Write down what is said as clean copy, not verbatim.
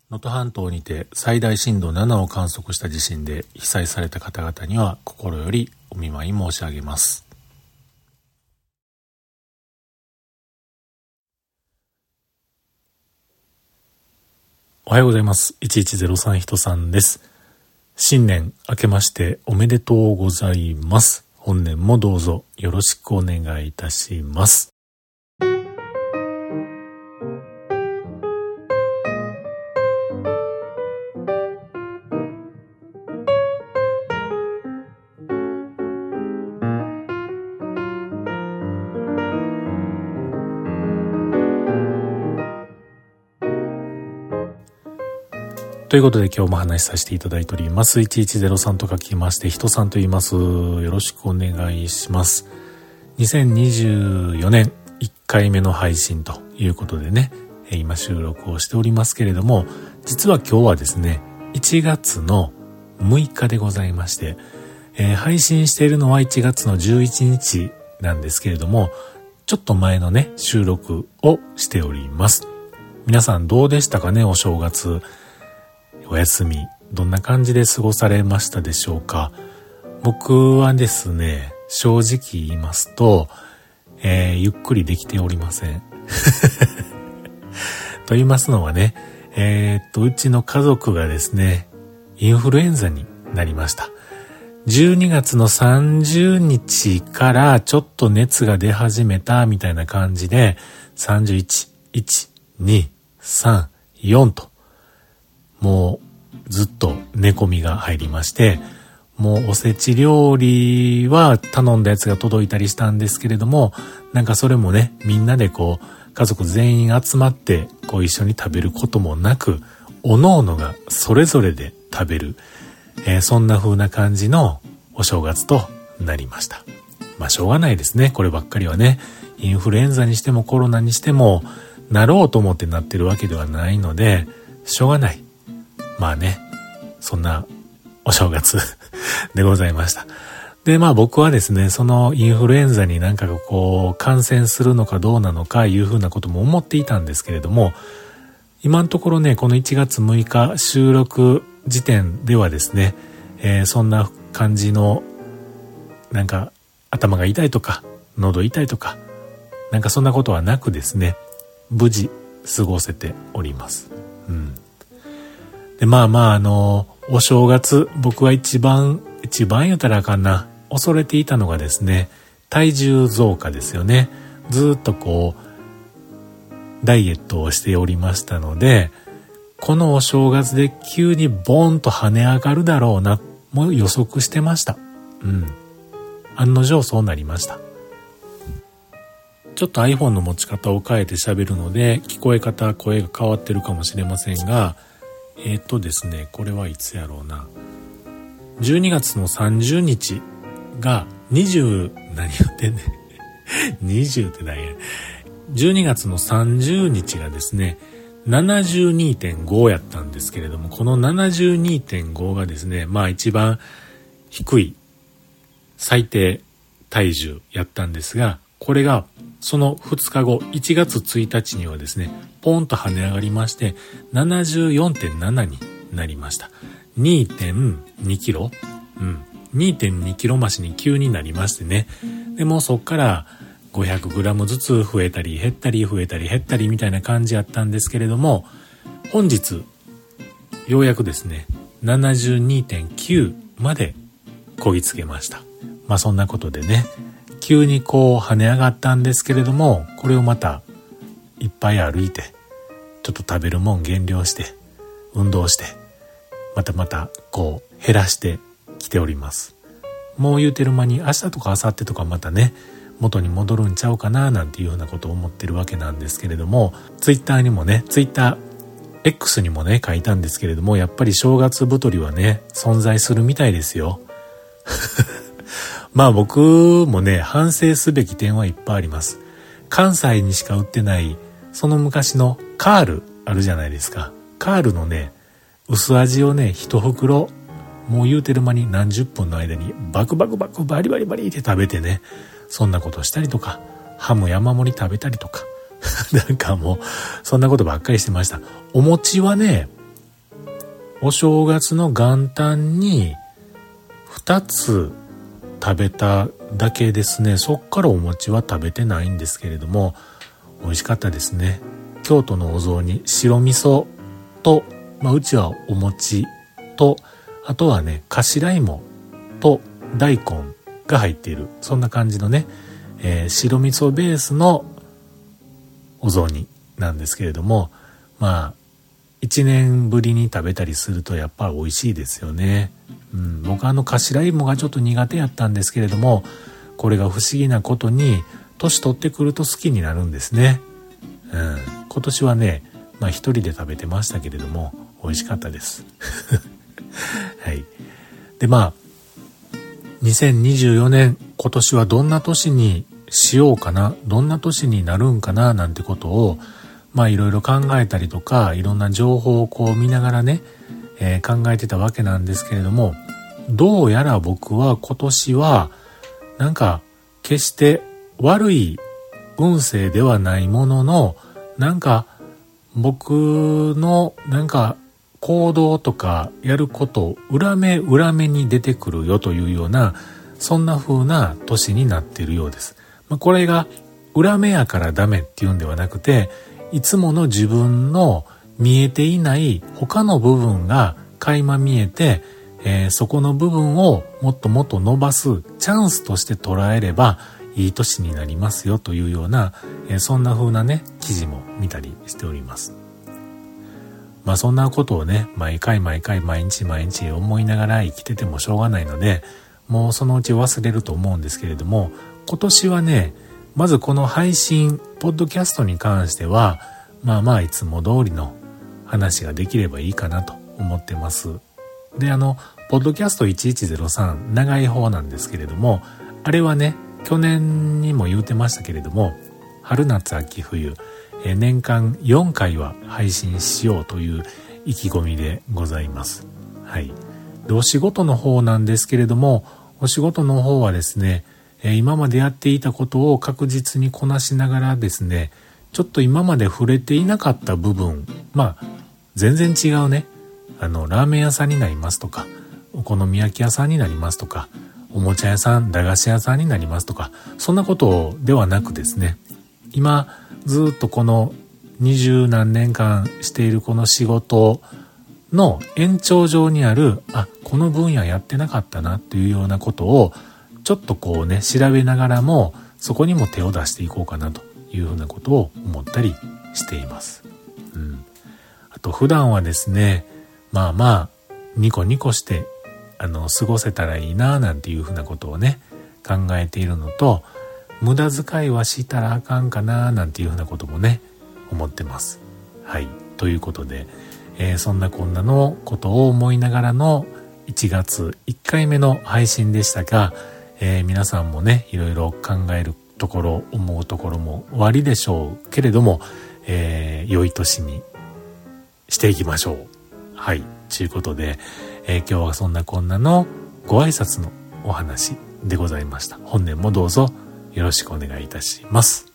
能登半島にて最大震度7を観測した地震で被災された方々には心よりお見舞い申し上げます。おはようございます。1103人さんです。新年明けましておめでとうございます。本年もどうぞよろしくお願いいたします。ということで今日も話しさせていただいております。1103と書きまして人さんと言います。よろしくお願いします。2024年1回目の配信ということでね、今収録をしておりますけれども、実は今日はですね、1月の6日でございまして、配信しているのは1月の11日なんですけれども、ちょっと前のね、収録をしております。皆さんどうでしたかね、お正月。お休みどんな感じで過ごされましたでしょうか。僕はですね、正直言いますと、ゆっくりできておりませんと言いますのはね、うちの家族がですね、インフルエンザになりました。12月の30日からちょっと熱が出始めたみたいな感じで、31、1、2、3、4ともうずっと寝込みが入りまして、もうおせち料理は頼んだやつが届いたりしたんですけれども、なんかそれもね、みんなでこう家族全員集まってこう一緒に食べることもなく、おのおのがそれぞれで食べる、そんな風な感じのお正月となりました。まあしょうがないですね、こればっかりはね。インフルエンザにしてもコロナにしてもなろうと思ってなってるわけではないので、しょうがない。まあね、そんなお正月でございました。で、まあ僕はですね、そのインフルエンザになんかこう感染するのかどうなのかいうふうなことも思っていたんですけれども、今のところね、この1月6日収録時点ではですね、そんな感じのなんか頭が痛いとか喉痛いとかなんかそんなことはなくですね、無事過ごせております。で、まあお正月、僕は一番言うたらあかんな、恐れていたのがですね、体重増加ですよね。ずっとこうダイエットをしておりましたので、このお正月で急にボーンと跳ね上がるだろうな、もう予測してました。案の定そうなりました。ちょっと iPhone の持ち方を変えて喋るので、聞こえ方、声が変わってるかもしれませんが、ですね、これはいつやろうな。12月の30日が20、何言ってんねん。20って何や。12月の30日がですね、72.5 やったんですけれども、この 72.5 がですね、まあ一番低い最低体重やったんですが、これがその2日後、1月1日にはですね、ポンと跳ね上がりまして、74.7 になりました。2.2 キロ、2.2 キロ増しに急になりましてね。でもそっから500グラムずつ増えたり減ったり増えたり減ったりみたいな感じやったんですけれども、本日ようやくですね、72.9 までこぎつけました。まあそんなことでね、急にこう跳ね上がったんですけれども、これをまたいっぱい歩いて、ちょっと食べるもん減量して、運動して、またこう減らしてきております。もう言うてる間に明日とか明後日とかまたね、元に戻るんちゃうかななんていうふうなことを思ってるわけなんですけれども、ツイッターにもね、ツイッター X にもね書いたんですけれども、やっぱり正月太りはね存在するみたいですよ。まあ僕もね、反省すべき点はいっぱいあります。関西にしか売ってないその昔のカールあるじゃないですか。カールのね薄味をね一袋、もう言うてる間に何十分の間にバクバクバリバリバリって食べてね、そんなことしたりとか、ハム山盛り食べたりとかなんかもうそんなことばっかりしてました。お餅はね、 お正月の元旦に2つ食べただけですね。そっからお餅は食べてないんですけれども、美味しかったですね。京都のお雑煮、白味噌と、うちはお餅と、あとはね、頭芋と大根が入っている、そんな感じのね、白味噌ベースのお雑煮なんですけれども、1年ぶりに食べたりするとやっぱり美味しいですよね。僕頭芋がちょっと苦手やったんですけれども、これが不思議なことに年取ってくると好きになるんですね。今年はね、一人で食べてましたけれども美味しかったです。はい。で2024年今年はどんな年にしようかな、どんな年になるんかななんてことをいろいろ考えたりとか、いろんな情報を見ながらね、考えてたわけなんですけれども、どうやら僕は今年は決して悪い運勢ではないものの、僕の行動とかやること裏目に出てくるよというような、そんな風な年になっているようです。これが裏目やからダメっていうんではなくて、いつもの自分の見えていない他の部分が垣間見えて、そこの部分をもっともっと伸ばすチャンスとして捉えればいい年になりますよというような、そんな風なね記事も見たりしております。そんなことをね毎日思いながら生きててもしょうがないので、もうそのうち忘れると思うんですけれども、今年はね、まずこの配信ポッドキャストに関してはいつも通りの話ができればいいかなと思ってます。でポッドキャスト1103長い方なんですけれども、あれはね去年にも言うてましたけれども、春夏秋冬年間4回は配信しようという意気込みでございます。はい。でお仕事の方なんですけれども、お仕事の方はですね、今までやっていたことを確実にこなしながらですね、ちょっと今まで触れていなかった部分、全然違うね、ラーメン屋さんになりますとか、お好み焼き屋さんになりますとか、おもちゃ屋さん、駄菓子屋さんになりますとか、そんなことではなくですね、今ずっとこの20何年間しているこの仕事の延長上にある、この分野やってなかったなっていうようなことをちょっと調べながらも、そこにも手を出していこうかなというふうなことを思ったりしています。あと普段はですね、ニコニコして過ごせたらいいななんていうふうなことをね考えているのと、無駄遣いはしたらあかんかななんていうふうなこともね思ってます。はい。ということで、そんなこんなのことを思いながらの1月1回目の配信でしたが、皆さんもねいろいろ考えるところ思うところもおありでしょうけれども、良い年にしていきましょう。はい。ということで、今日はそんなこんなのご挨拶のお話でございました。本年もどうぞよろしくお願いいたします。